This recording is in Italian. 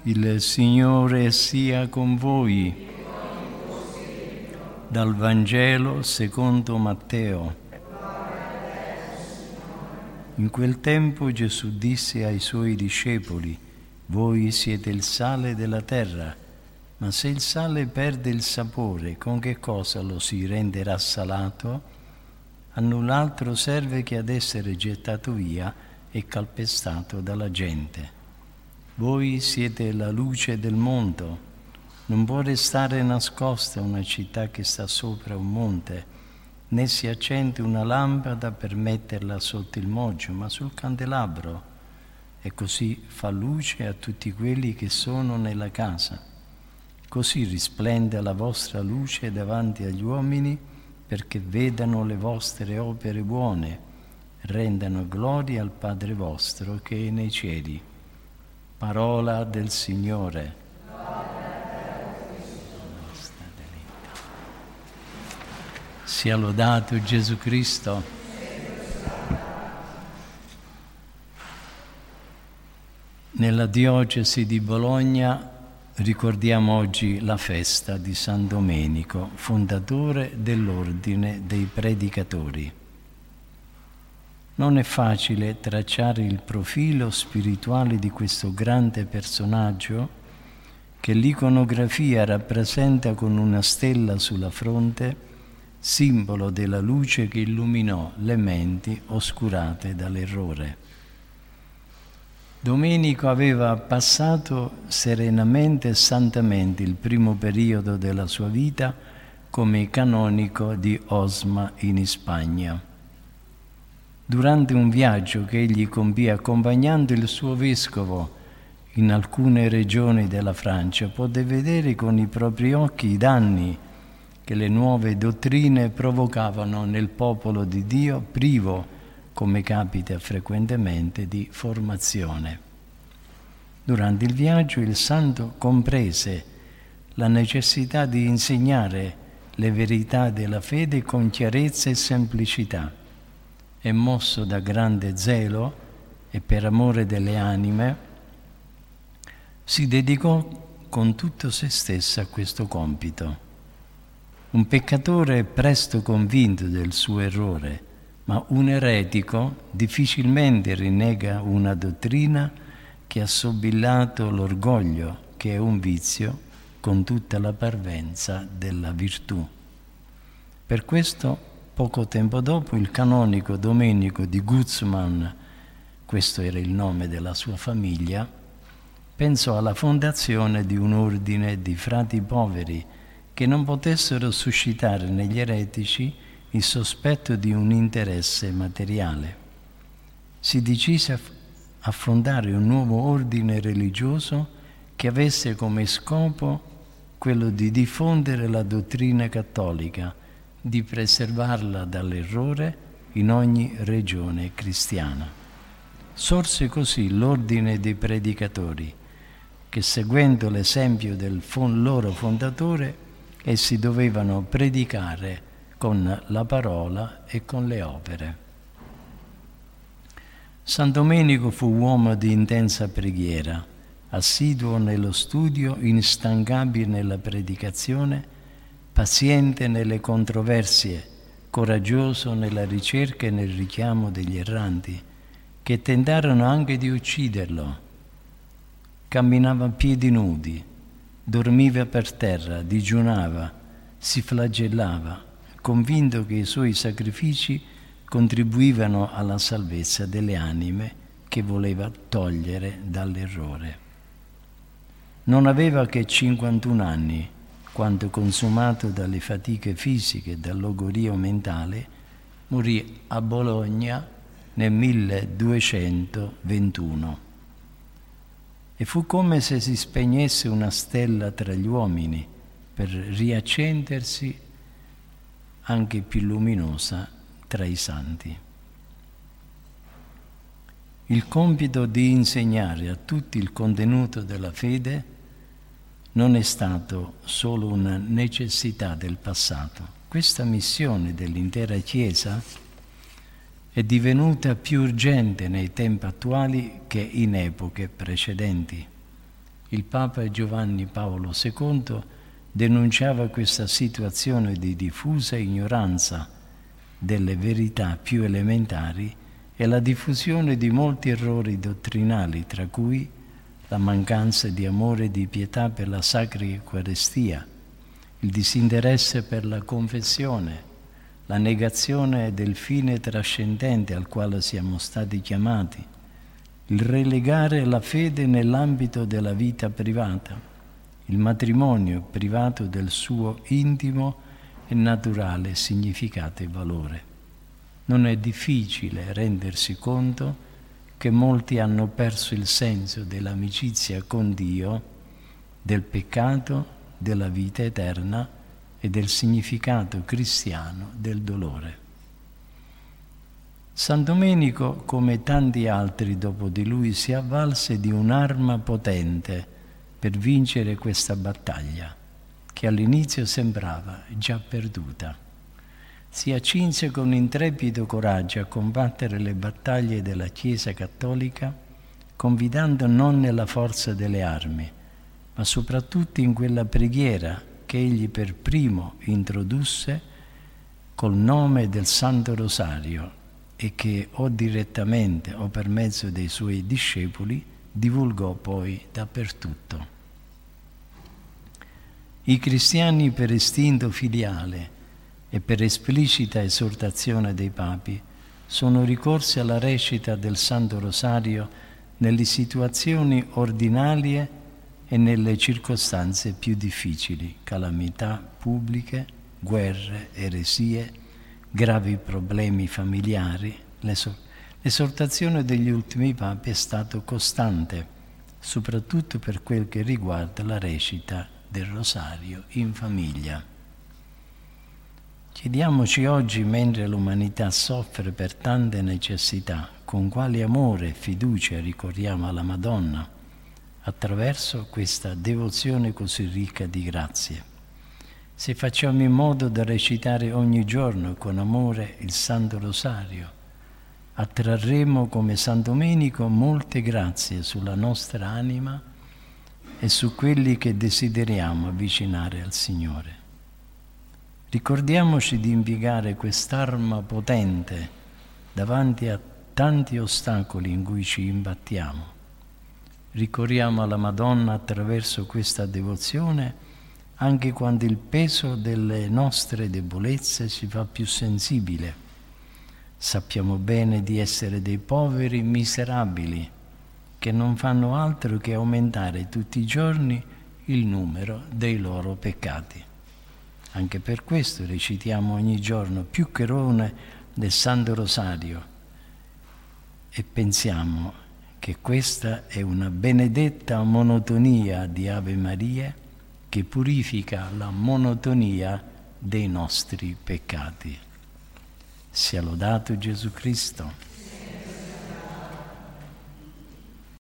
Il Signore sia con voi. Dal Vangelo secondo Matteo. In quel tempo Gesù disse ai suoi discepoli: voi siete il sale della terra, ma se il sale perde il sapore, con che cosa lo si renderà salato? A null'altro serve che ad essere gettato via e calpestato dalla gente. Voi siete la luce del mondo. Non può restare nascosta una città che sta sopra un monte, né si accende una lampada per metterla sotto il moggio, ma sul candelabro, e così fa luce a tutti quelli che sono nella casa. Così risplenda la vostra luce davanti agli uomini, perché vedano le vostre opere buone, rendano gloria al Padre vostro che è nei cieli. Parola del Signore. Sia lodato Gesù Cristo. Nella diocesi di Bologna ricordiamo oggi la festa di San Domenico, fondatore dell'Ordine dei Predicatori. Non è facile tracciare il profilo spirituale di questo grande personaggio che l'iconografia rappresenta con una stella sulla fronte, simbolo della luce che illuminò le menti oscurate dall'errore. Domenico aveva passato serenamente e santamente il primo periodo della sua vita come canonico di Osma in Spagna. Durante un viaggio che egli compì accompagnando il suo vescovo in alcune regioni della Francia, poté vedere con i propri occhi i danni che le nuove dottrine provocavano nel popolo di Dio, privo, come capita frequentemente, di formazione. Durante il viaggio il santo comprese la necessità di insegnare le verità della fede con chiarezza e semplicità, e mosso da grande zelo e per amore delle anime, si dedicò con tutto se stesso a questo compito. Un peccatore è presto convinto del suo errore, ma un eretico difficilmente rinnega una dottrina che ha sobillato l'orgoglio, che è un vizio, con tutta la parvenza della virtù. Per questo, poco tempo dopo, il canonico Domenico di Guzman, questo era il nome della sua famiglia, pensò alla fondazione di un ordine di frati poveri che non potessero suscitare negli eretici il sospetto di un interesse materiale. Si decise a fondare un nuovo ordine religioso che avesse come scopo quello di diffondere la dottrina cattolica, di preservarla dall'errore in ogni regione cristiana. Sorse così l'Ordine dei Predicatori, che seguendo l'esempio del loro fondatore, essi dovevano predicare con la parola e con le opere. San Domenico fu uomo di intensa preghiera, assiduo nello studio, instancabile nella predicazione, paziente nelle controversie, coraggioso nella ricerca e nel richiamo degli erranti, che tentarono anche di ucciderlo. Camminava a piedi nudi, dormiva per terra, digiunava, si flagellava, convinto che i suoi sacrifici contribuivano alla salvezza delle anime che voleva togliere dall'errore. Non aveva che 51 anni, quando, consumato dalle fatiche fisiche e dal logorio mentale, morì a Bologna nel 1221. E fu come se si spegnesse una stella tra gli uomini per riaccendersi anche più luminosa tra i santi. Il compito di insegnare a tutti il contenuto della fede non è stato solo una necessità del passato. Questa missione dell'intera Chiesa è divenuta più urgente nei tempi attuali che in epoche precedenti. Il Papa Giovanni Paolo II denunciava questa situazione di diffusa ignoranza delle verità più elementari e la diffusione di molti errori dottrinali, tra cui la mancanza di amore e di pietà per la Sacra Eucaristia, il disinteresse per la confessione, la negazione del fine trascendente al quale siamo stati chiamati, il relegare la fede nell'ambito della vita privata, il matrimonio privato del suo intimo e naturale significato e valore. Non è difficile rendersi conto che molti hanno perso il senso dell'amicizia con Dio, del peccato, della vita eterna e del significato cristiano del dolore. San Domenico, come tanti altri dopo di lui, si avvalse di un'arma potente per vincere questa battaglia, che all'inizio sembrava già perduta. Si accinse con intrepido coraggio a combattere le battaglie della Chiesa cattolica, confidando non nella forza delle armi, ma soprattutto in quella preghiera che egli per primo introdusse col nome del Santo Rosario e che o direttamente o per mezzo dei suoi discepoli divulgò poi dappertutto. I cristiani, per istinto filiale e per esplicita esortazione dei papi, sono ricorsi alla recita del Santo Rosario nelle situazioni ordinarie e nelle circostanze più difficili, calamità pubbliche, guerre, eresie, gravi problemi familiari. L'esortazione degli ultimi papi è stata costante, soprattutto per quel che riguarda la recita del Rosario in famiglia. Chiediamoci oggi, mentre l'umanità soffre per tante necessità, con quale amore e fiducia ricorriamo alla Madonna attraverso questa devozione così ricca di grazie. Se facciamo in modo da recitare ogni giorno con amore il Santo Rosario, attrarremo come San Domenico molte grazie sulla nostra anima e su quelli che desideriamo avvicinare al Signore. Ricordiamoci di impiegare quest'arma potente davanti a tanti ostacoli in cui ci imbattiamo. Ricorriamo alla Madonna attraverso questa devozione anche quando il peso delle nostre debolezze si fa più sensibile. Sappiamo bene di essere dei poveri miserabili che non fanno altro che aumentare tutti i giorni il numero dei loro peccati. Anche per questo recitiamo ogni giorno più cherone del Santo Rosario e pensiamo che questa è una benedetta monotonia di Ave Maria che purifica la monotonia dei nostri peccati. Sia lodato Gesù Cristo.